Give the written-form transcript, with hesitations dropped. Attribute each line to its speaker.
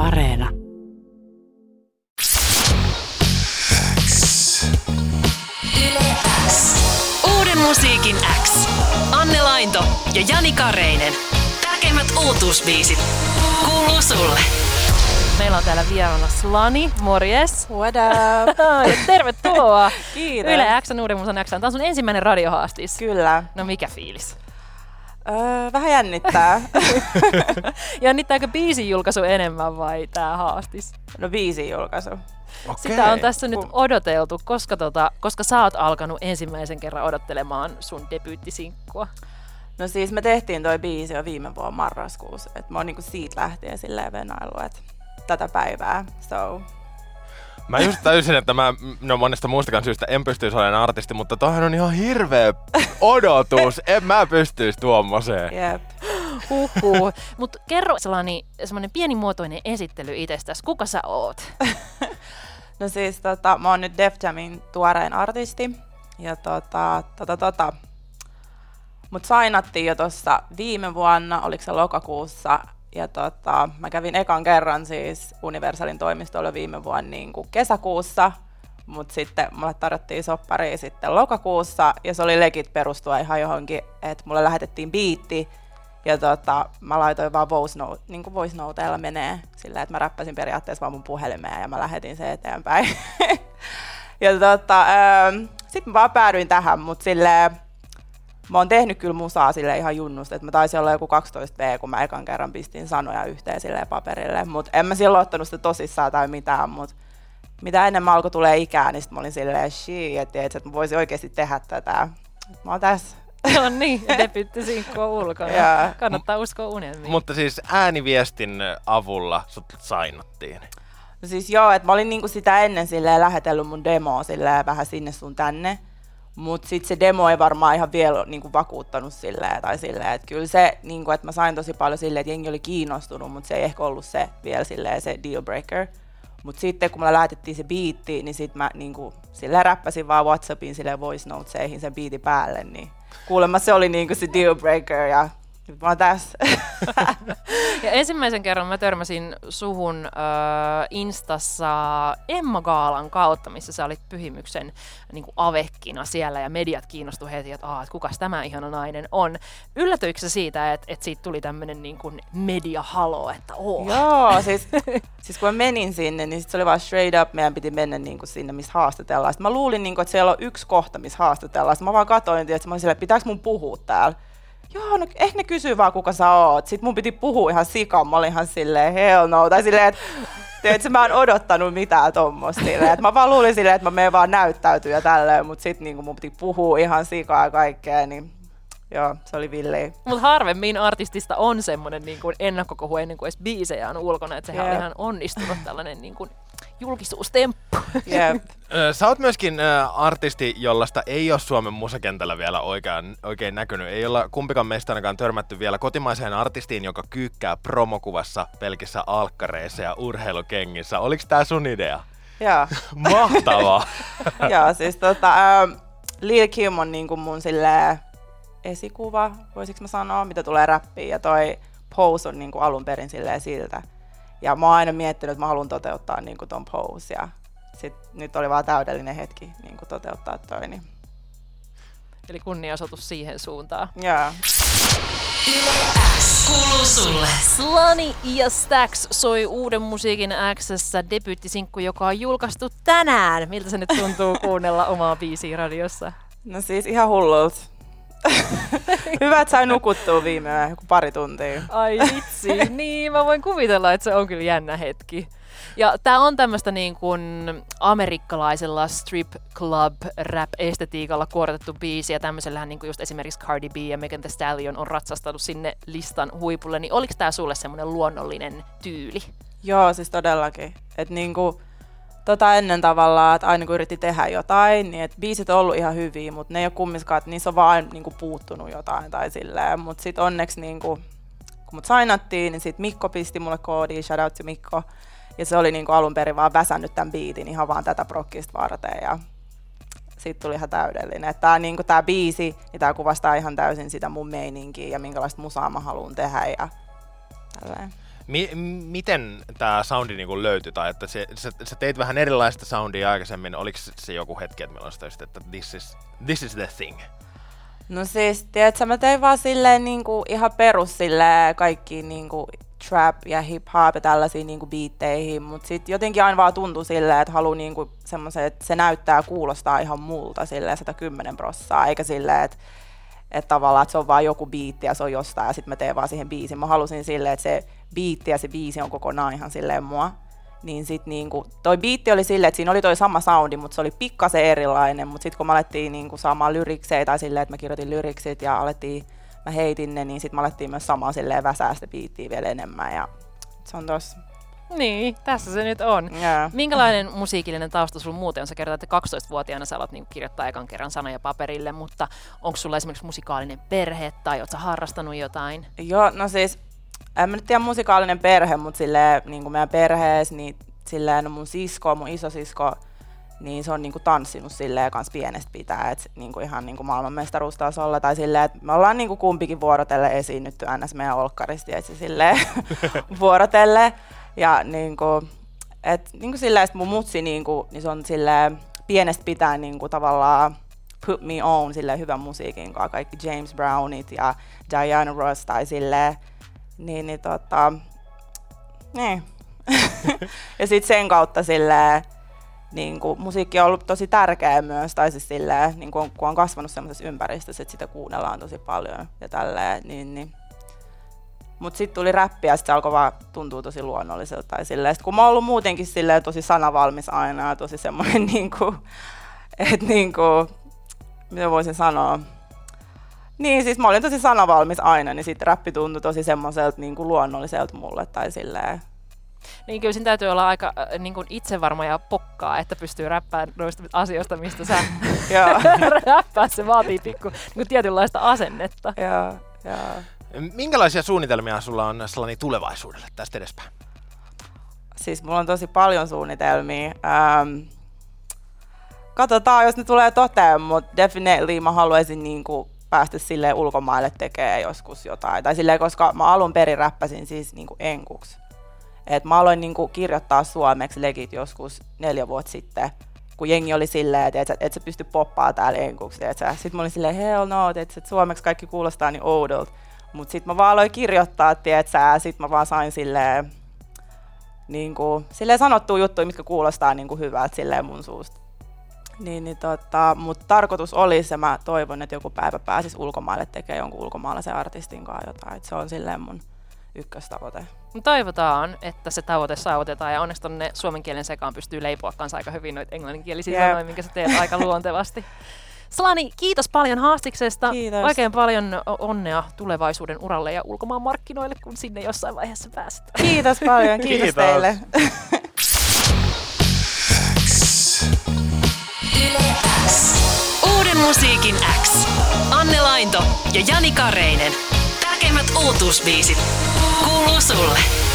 Speaker 1: Areena. Uuden musiikin X. Anne Lainto ja Jani Kareinen. Tärkeimmät uutuusbiisit kuuluu sulle.
Speaker 2: Meillä on täällä vieraana Slani. Morjes.
Speaker 3: What up?
Speaker 2: Ja tervetuloa.
Speaker 3: Kiitos.
Speaker 2: Yle X:n Uuden musan X. Tämä on sun ensimmäinen radiohaastis.
Speaker 3: Kyllä.
Speaker 2: No mikä fiilis?
Speaker 3: Vähän jännittää.
Speaker 2: Jännittääkö biisin julkaisu enemmän vai tää haastis?
Speaker 3: No biisin julkaisu.
Speaker 4: Okei.
Speaker 2: Sitä on tässä nyt odoteltu, koska sä oot alkanut ensimmäisen kerran odottelemaan sun debyyttisinkkua.
Speaker 3: No siis me tehtiin toi biisi jo viime vuonna marraskuussa. Et mä oon niinku siitä lähtien silleen venailu, että tätä päivää. So.
Speaker 4: Mä just täysin, että monesta muustakaan syystä en pystyisi olemaan artisti, mutta toihan on ihan hirveä odotus. En mä pystyisi tuommoiseen.
Speaker 3: Jep.
Speaker 2: Huhhuh. Mut kerro Slani semmonen pienimuotoinen esittely itsestäsi. Kuka sä oot?
Speaker 3: No siis mä oon nyt Def Jamin tuorein artisti. Ja mut sainattiin jo tossa viime vuonna, oliko se lokakuussa. Ja mä kävin ekan kerran siis Universalin toimistolla viime vuonna niin kuin kesäkuussa, mutta sitten mulle tarjottiin sopparia sitten lokakuussa ja se oli legit perustua ihan johonkin, että mulle lähetettiin biitti ja mä laitoin vaan voice noteilla menee silleen, että mä räppäsin periaatteessa vaan mun puhelimeen ja mä lähetin se eteenpäin. Ja sitten mä vaan päädyin tähän, mutta silleen mä oon tehnyt kyllä musaa silleen ihan junnusta, että mä taisin olla joku 12V, kun mä ekan kerran pistin sanoja yhteen silleen paperille, mut en mä silloin ottanut sitä tosissaan tai mitään, mut mitä enemmän alkoi tulee ikää, niin sit mä olin silleen shit, että mä voisin oikeesti tehdä tätä. Mä oon tässä.
Speaker 2: No niin, debyyttisinkku on ulkona.
Speaker 3: Yeah.
Speaker 2: Kannattaa uskoa unelmiin.
Speaker 4: Mutta siis ääniviestin avulla sut sainattiin.
Speaker 3: No siis joo, että mä olin niinku sitä ennen silleen lähetellyt mun demoa silleen vähän sinne sun tänne. Mut sit se demo ei varmaan ihan vielä niinku vakuuttanut silleen tai silleen, että kyllä se niinku, että mä sain tosi paljon silleen, että jengi oli kiinnostunut, mut se ei ehkä ollut se vielä silleen se deal breaker. Mut sitten kun mulle lähetettiin se biitti, niin sit mä niinku silleen räppäsin vaan WhatsAppin silleen voice notesihin sen biitin päälle, niin kuulemma se oli niinku se deal breaker ja nyt mä oon tässä.
Speaker 2: Ja ensimmäisen kerran mä törmäsin suhun Instassa Emma Gaalan kautta, missä sä olit Pyhimyksen niin kuin avekkina siellä ja mediat kiinnostu heti, että kukas tämä ihana nainen on. Yllätyikö sä siitä, että siitä tuli tämmönen niin kuin media-halo, että
Speaker 3: Joo, siis kun mä menin sinne, niin sit se oli vaan straight up, meidän piti mennä niin kuin sinne, missä haastatellaan. Sitten mä luulin, niin kuin, että siellä on yksi kohta, missä haastatellaan. Sitten mä vaan katsoin, että mä olin silleen, että pitääkö mun puhua täällä? Joo, no ehkä ne kysyy vaan kuka sä oot. Sitten mun piti puhua ihan sikaan. Mä olin ihan silleen hell no. Tai silleen, että mä en odottanut mitään tommoista. Mä vaan luulin silleen, että mä menen vaan näyttäytyä ja tälleen. Mut sit niin mun piti puhua ihan sikaa ja kaikkea. Niin joo, se oli villiä.
Speaker 2: Mut harvemmin artistista on semmonen niin kuin ennakkokohu ennen kuin edes biisejä on ulkona. Että sehän on ihan onnistunut tällainen niin kuin julkisuustemppu.
Speaker 3: Yep.
Speaker 4: Sä oot myöskin artisti, jollaista ei ole Suomen musakentällä vielä oikein näkynyt. Ei olla kumpikaan meistä ainakaan törmätty vielä kotimaiseen artistiin, joka kyykkää promokuvassa pelkissä alkkareissa ja urheilukengissä. Oliks tää sun idea?
Speaker 3: Joo.
Speaker 4: Mahtavaa!
Speaker 3: Joo, siis Lil Kim on niinku mun silleen esikuva, voisiks mä sanoa, mitä tulee räppiin. Ja toi Pose on niinku alun perin silleen siltä. Ja mä oon aina miettinyt, että mä haluan toteuttaa niinku ton Pose. Ja nyt oli vaan täydellinen hetki niinku toteuttaa toi. Niin.
Speaker 2: Eli kunniaosoitus siihen suuntaan.
Speaker 3: Joo.
Speaker 1: Kuuluu sulle.
Speaker 2: Slani ja Stax soi Uuden musiikin X:ssä debyyttisinkku, joka on julkaistu tänään. Miltä se nyt tuntuu kuunnella omaa biisiä radiossa?
Speaker 3: No siis ihan hullulta. Hyvä, että sai nukuttua viime joku pari tuntia.
Speaker 2: Ai vitsi, niin mä voin kuvitella, että se on kyllä jännä hetki. Ja tää on tämmöstä niin kuin amerikkalaisella strip club rap estetiikalla kuorotettu biisi ja tämmöisellähän niin kuin just esimerkiksi Cardi B ja Megan Thee Stallion on ratsastanut sinne listan huipulle, niin oliks tää sulle semmonen luonnollinen tyyli?
Speaker 3: Joo, siis todellakin. Että niinku ennen tavallaan, että aina kun yritti tehdä jotain, niin et biisit on ollut ihan hyviä, mutta ne ei ole kumminkaan, että niissä on vaan niinku puuttunut jotain tai silleen. Mutta sit onneksi niinku, kun mut sainattiin, niin sit Mikko pisti mulle koodiin, shout out to Mikko. Ja se oli niinku alun perin vaan väsännyt tämän biitin ihan vaan tätä prokkista varten. Ja sit tuli ihan täydellinen. Tää niinku tää biisi, niin tää kuvastaa ihan täysin sitä mun meininkiä ja minkälaista musaa mä haluan tehdä ja tälleen.
Speaker 4: Miten tämä soundi niinku löytyi, tai että sä teit vähän erilaista soundia aikaisemmin, oliko se joku hetki, että milloin sä teisit, että this is the thing?
Speaker 3: No siis, tiedätkö, mä tein vaan silleen niinku ihan perus silleen kaikki niinku trap ja hip-hop ja tällaisiin niinku biitteihin, mut sit jotenkin aina vaan tuntui silleen, että haluu niinku semmoisen, että se näyttää ja kuulostaa ihan multa silleen 110%, eikä silleen, että tavallaan että se on vaan joku biitti ja se on jostain ja sit mä teen vaan siihen biisin. Mä halusin silleen, että se biitti ja se biisi on kokonaan ihan silleen mua. Niin sit niinku, toi biitti oli silleen, että siinä oli toi sama soundi, mutta se oli pikkasen erilainen, mutta sit kun mä alettiin niinku saamaan lyriksejä tai silleen, että mä kirjoitin lyriksit ja mä heitin ne, niin sit mä alettiin myös samaa silleen väsää sitä biittiä vielä enemmän ja se on tossa.
Speaker 2: Niin, tässä se nyt on.
Speaker 3: Yeah.
Speaker 2: Minkälainen musiikillinen tausta sulla muuten on? Sä kerroit, että 12-vuotiaana sä alat kirjoittaa ekan kerran sanoja paperille, mutta onko sulla esimerkiksi musikaalinen perhe tai oot sä harrastanut jotain?
Speaker 3: Joo, no siis en mä nyt tiedä musikaalinen perhe, mutta silleen niin kuin meidän perheessä, niin silleen no mun isosisko, niin se on niinku tanssinut silleen kans pienestä pitää, että niinku ihan niinku maailmanmestaruustasolla tai silleen, että me ollaan niinku kumpikin vuorotellen esiinnytty ns. Meidän olkkaristi, että silleen vuorotelle. Ja niinku, et niinku silleen, että mun mutsi niinku, niin se on silleen pienestä pitää niinku tavallaan put me on silleen hyvän musiikin kanssa, kaikki James Brownit ja Diana Ross tai silleen, niin. Ja sit sen kautta silleen, niinku, musiikki on ollut tosi tärkeä myös, tai siis silleen, niinku, kun on kasvanut semmoisessa ympäristössä, että sitä kuunnellaan tosi paljon ja tälleen, niin. Mut sit tuli räppi ja sit se alkoi vaan tuntua tosi luonnolliselta tai silleen. Sit kun mä oon ollut muutenkin silleen tosi sanavalmis aina ja tosi semmoinen niinku, että niinku, mitä voisin sanoa. Niin siis mä olin tosi sanavalmis aina, niin sit räppi tuntui tosi semmoiselta niinku luonnolliselta mulle tai silleen.
Speaker 2: Niin kyllä siinä täytyy olla aika niin kuin itsevarma ja pokkaa, että pystyy räppäämään noista asioista, mistä sä räppäät. Se vaatii niin tietynlaista asennetta.
Speaker 3: Joo.
Speaker 4: Minkälaisia suunnitelmia sulla on sellainen tulevaisuudelle tästä edespäin?
Speaker 3: Siis mulla on tosi paljon suunnitelmia. Katsotaan, jos ne tulee toteen, mutta definitely mä haluaisin niinku päästä silleen ulkomaille tekemään joskus jotain. Tai silleen, koska mä alun perin räppäsin siis niinku enkuksi. Et mä aloin niinku kirjoittaa suomeksi legit joskus 4 vuotta sitten, kun jengi oli silleen, että et sä pysty poppaa täällä enkuksi. Sitten mä olin silleen, hell no, että suomeksi kaikki kuulostaa niin oudolta. Mut sit mä vaan aloin kirjoittaa, ja sit mä vaan sain silleen, niinku, silleen sanottua juttuja, mitkä kuulostaa niinku hyvältä silleen mun suusta. Mut tarkoitus olisi, ja mä toivon, että joku päivä pääsis ulkomaille tekemään jonkun ulkomaalaisen artistin kanssa jotain. Et se on silleen mun ykköstavoite.
Speaker 2: Toivotaan, että se tavoite saavutetaan ja onneksi tonne suomen kielen sekaan pystyy leipoa kanssa aika hyvin noita englanninkielisiä sanoja, minkä sä teet aika luontevasti. Slani, kiitos paljon haastiksesta.
Speaker 3: Kiitos.
Speaker 2: Oikein paljon onnea tulevaisuuden uralle ja ulkomaan markkinoille, kun sinne jossain vaiheessa pääset.
Speaker 3: Kiitos paljon, kiitos teille.
Speaker 1: Uuden musiikin X. Anne Lainto ja Jani Kareinen. Tärkeimmät uutuusbiisit kuuluu sulle.